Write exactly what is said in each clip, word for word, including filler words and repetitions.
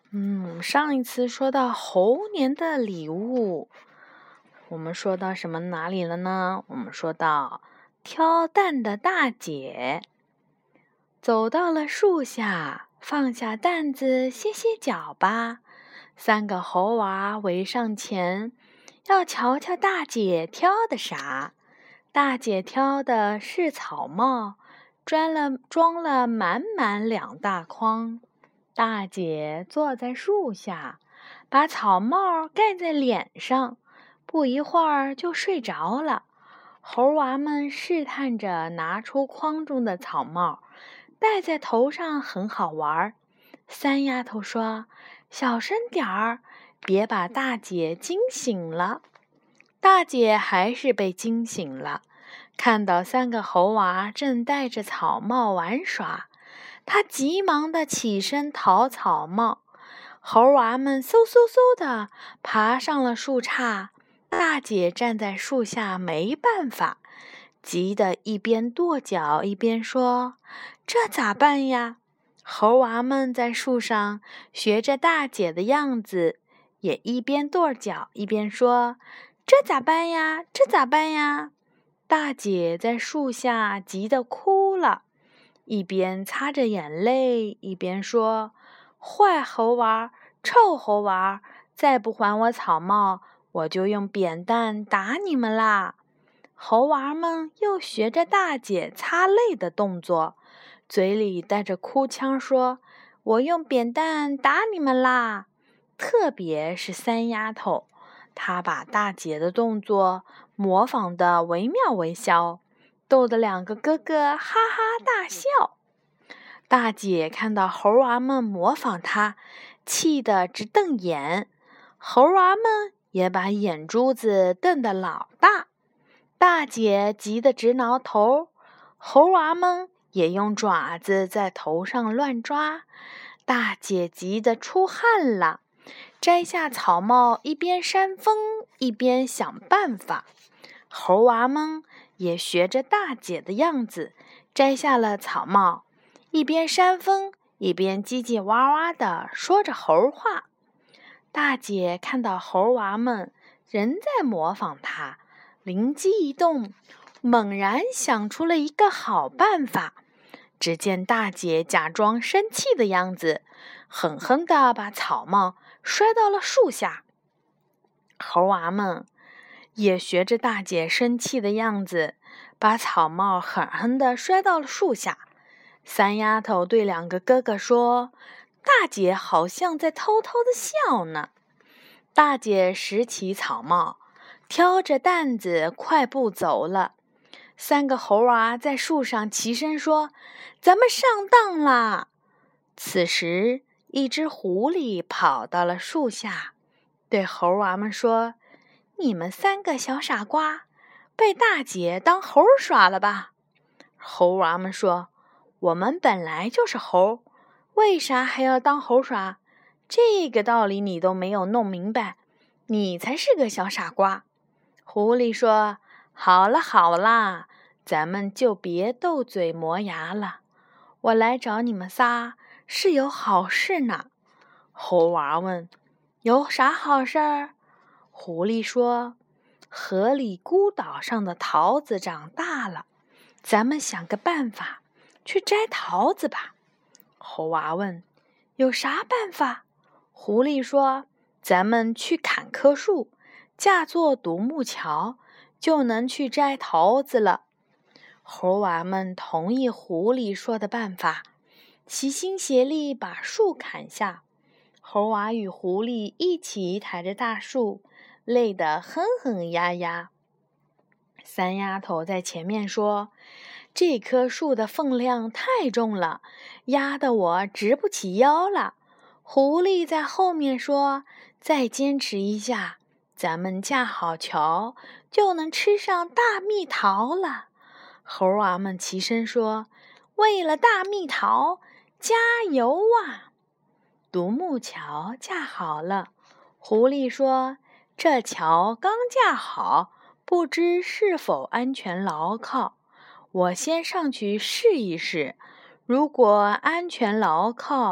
嗯，上一次说到猴年的礼物，我们说到什么哪里了呢？我们说到挑担的大姐走到了树下，放下担子歇歇脚吧。三个猴娃围上前，要瞧瞧大姐挑的啥。大姐挑的是草帽，装了装了满满两大筐。大姐坐在树下，把草帽盖在脸上，不一会儿就睡着了。猴娃们试探着拿出筐中的草帽，戴在头上很好玩。三丫头说：“小声点儿，别把大姐惊醒了。”大姐还是被惊醒了，看到三个猴娃正戴着草帽玩耍，她急忙地起身讨草帽。猴娃们嗖嗖嗖地爬上了树杈，大姐站在树下没办法，急得一边跺脚一边说：“这咋办呀？”猴娃们在树上学着大姐的样子，也一边跺脚一边说：“这咋办呀？这咋办呀？”大姐在树下急得哭了，一边擦着眼泪，一边说：“坏猴娃，臭猴娃，再不还我草帽，我就用扁担打你们啦！”猴娃们又学着大姐擦泪的动作，嘴里带着哭腔说：“我用扁担打你们啦！”特别是三丫头，她把大姐的动作模仿得惟妙惟肖，逗得两个哥哥哈哈大笑。大姐看到猴娃们模仿她，气得直瞪眼，猴娃们也把眼珠子瞪得老大。大姐急得直挠头，猴娃们也用爪子在头上乱抓。大姐急得出汗了，摘下草帽，一边扇风一边想办法。猴娃们也学着大姐的样子，摘下了草帽，一边扇风一边叽叽哇哇地说着猴话。大姐看到猴娃们仍在模仿她，灵机一动，猛然想出了一个好办法。只见大姐假装生气的样子，狠狠地把草帽摔到了树下。猴娃们也学着大姐生气的样子，把草帽狠狠地摔到了树下。三丫头对两个哥哥说：“大姐好像在偷偷地笑呢。”大姐拾起草帽，挑着担子快步走了。三个猴娃在树上齐声说：“咱们上当啦！”此时，一只狐狸跑到了树下，对猴娃们说：“你们三个小傻瓜，被大姐当猴耍了吧？”猴娃们说：“我们本来就是猴，为啥还要当猴耍？这个道理你都没有弄明白，你才是个小傻瓜。”狐狸说：“好了好啦，咱们就别斗嘴磨牙了。我来找你们仨是有好事呢。”猴娃问：“有啥好事儿？”狐狸说：“河里孤岛上的桃子长大了，咱们想个办法去摘桃子吧。”猴娃问：“有啥办法？”狐狸说：“咱们去砍棵树，架作独木桥，就能去摘桃子了。”猴娃们同意狐狸说的办法，齐心协力把树砍下。猴娃与狐狸一起抬着大树，累得哼哼呀呀。三丫头在前面说：“这棵树的分量太重了，压得我直不起腰了。”狐狸在后面说：“再坚持一下，咱们架好桥，就能吃上大蜜桃了。”猴娃们齐声说：“为了大蜜桃，加油啊！”独木桥架好了，狐狸说：“这桥刚架好，不知是否安全牢靠。我先上去试一试，如果安全牢靠，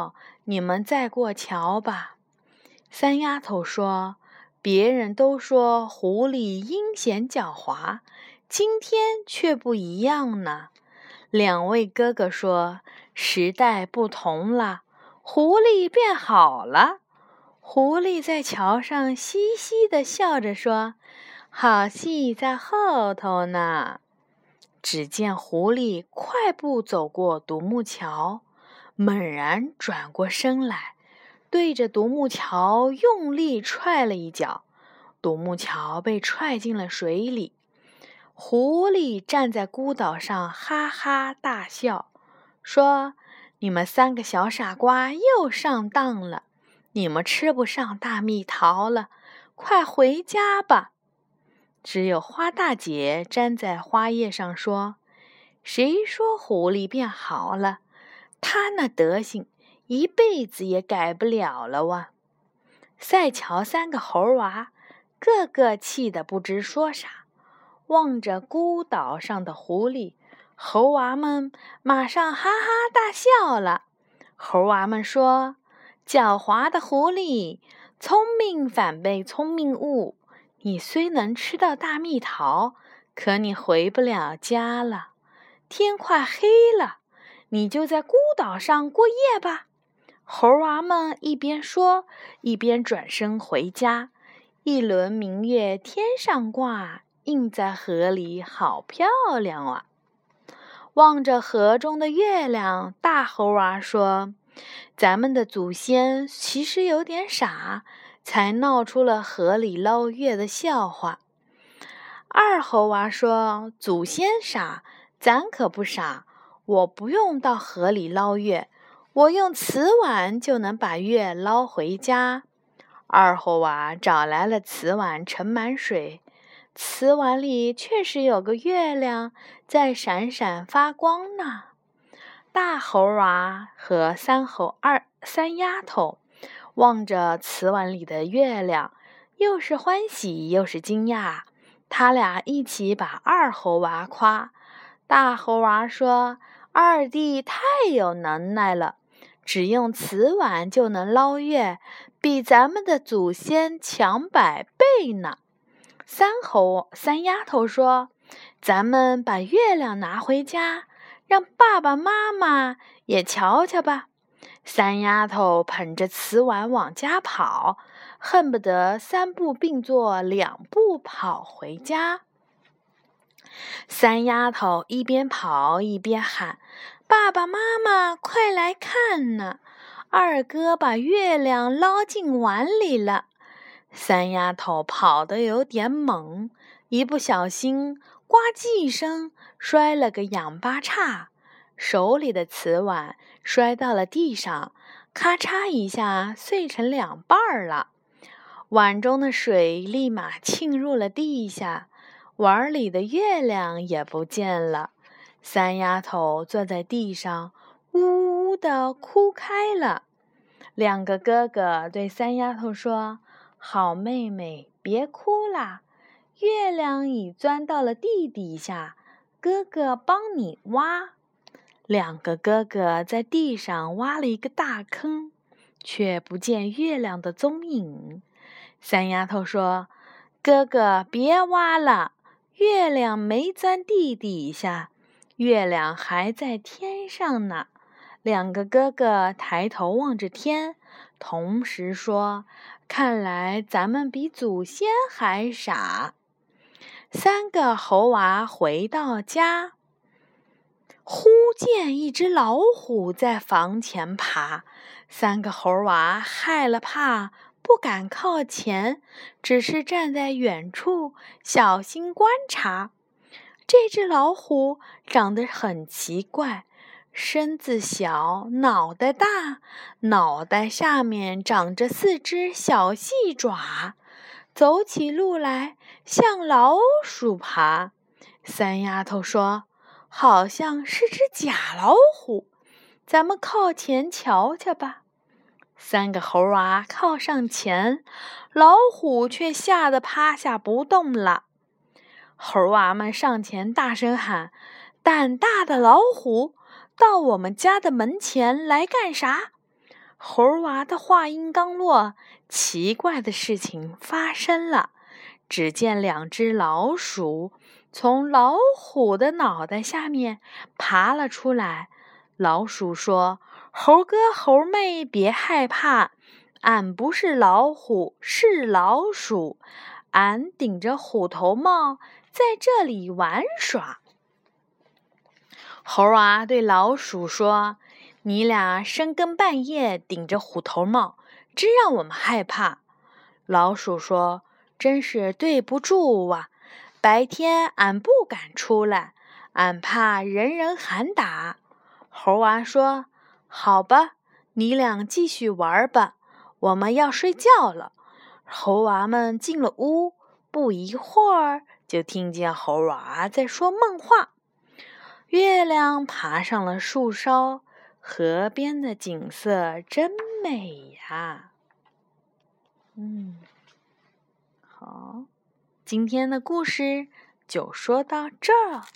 你们再过桥吧。三丫头说，别人都说狐狸阴险狡猾，今天却不一样呢。两位哥哥说，时代不同了，狐狸变好了。狐狸在桥上嘻嘻地笑着说，好戏在后头呢。只见狐狸快步走过独木桥，猛然转过身来，对着独木桥用力踹了一脚，独木桥被踹进了水里。狐狸站在孤岛上哈哈大笑，说，你们三个小傻瓜又上当了，你们吃不上大蜜桃了，快回家吧。只有花大姐站在花叶上说，谁说狐狸变好了？他那德行一辈子也改不了了哇！赛桥三个猴娃个个气得不知说啥，望着孤岛上的狐狸，猴娃们马上哈哈大笑了。猴娃们说，狡猾的狐狸，聪明反被聪明误，你虽能吃到大蜜桃，可你回不了家了。天快黑了，你就在孤岛上过夜吧。猴娃们一边说，一边转身回家。一轮明月天上挂，映在河里好漂亮啊。望着河中的月亮，大猴娃说，咱们的祖先其实有点傻，才闹出了河里捞月的笑话。二猴娃说，祖先傻，咱可不傻，我不用到河里捞月，我用瓷碗就能把月捞回家。二猴娃找来了瓷碗，盛满水，瓷碗里确实有个月亮在闪闪发光呢。大猴娃和三猴二三丫头望着瓷碗里的月亮，又是欢喜又是惊讶。他俩一起把二猴娃夸。大猴娃说，二弟太有能耐了，只用瓷碗就能捞月，比咱们的祖先强百倍呢。三猴三丫头说，咱们把月亮拿回家，让爸爸妈妈也瞧瞧吧。三丫头捧着瓷碗往家跑，恨不得三步并作两步跑回家。三丫头一边跑一边喊，爸爸妈妈快来看呐，二哥把月亮捞进碗里了。三丫头跑得有点猛，一不小心呱唧一声摔了个仰八叉，手里的瓷碗摔到了地上，咔嚓一下碎成两半了。碗中的水立马沁入了地下，碗里的月亮也不见了。三丫头坐在地上呜呜地哭开了。两个哥哥对三丫头说，好妹妹，别哭啦，月亮已钻到了地底下，哥哥帮你挖。两个哥哥在地上挖了一个大坑，却不见月亮的踪影。三丫头说，哥哥别挖了，月亮没钻地底下，月亮还在天上呢。两个哥哥抬头望着天，同时说，看来咱们比祖先还傻。三个猴娃回到家，忽见一只老虎在房前爬，三个猴娃害了怕，不敢靠前，只是站在远处小心观察。这只老虎长得很奇怪，身子小，脑袋大，脑袋下面长着四只小细爪，走起路来像老鼠爬。三丫头说，好像是只假老虎，咱们靠前瞧瞧吧。三个猴娃靠上前，老虎却吓得趴下不动了。猴娃们上前大声喊，胆大的老虎，到我们家的门前来干啥？ 猴娃的话音刚落，奇怪的事情发生了。只见两只老鼠从老虎的脑袋下面爬了出来。老鼠说：“猴哥猴妹别害怕，俺不是老虎，是老鼠，俺顶着虎头帽在这里玩耍。”猴娃对老鼠说：“你俩深更半夜顶着虎头帽，真让我们害怕。”老鼠说：“真是对不住啊，白天俺不敢出来，俺怕人人喊打。”猴娃说：“好吧，你俩继续玩吧，我们要睡觉了。”猴娃们进了屋，不一会儿就听见猴娃在说梦话。月亮爬上了树梢，河边的景色真美呀。嗯，好，今天的故事就说到这儿。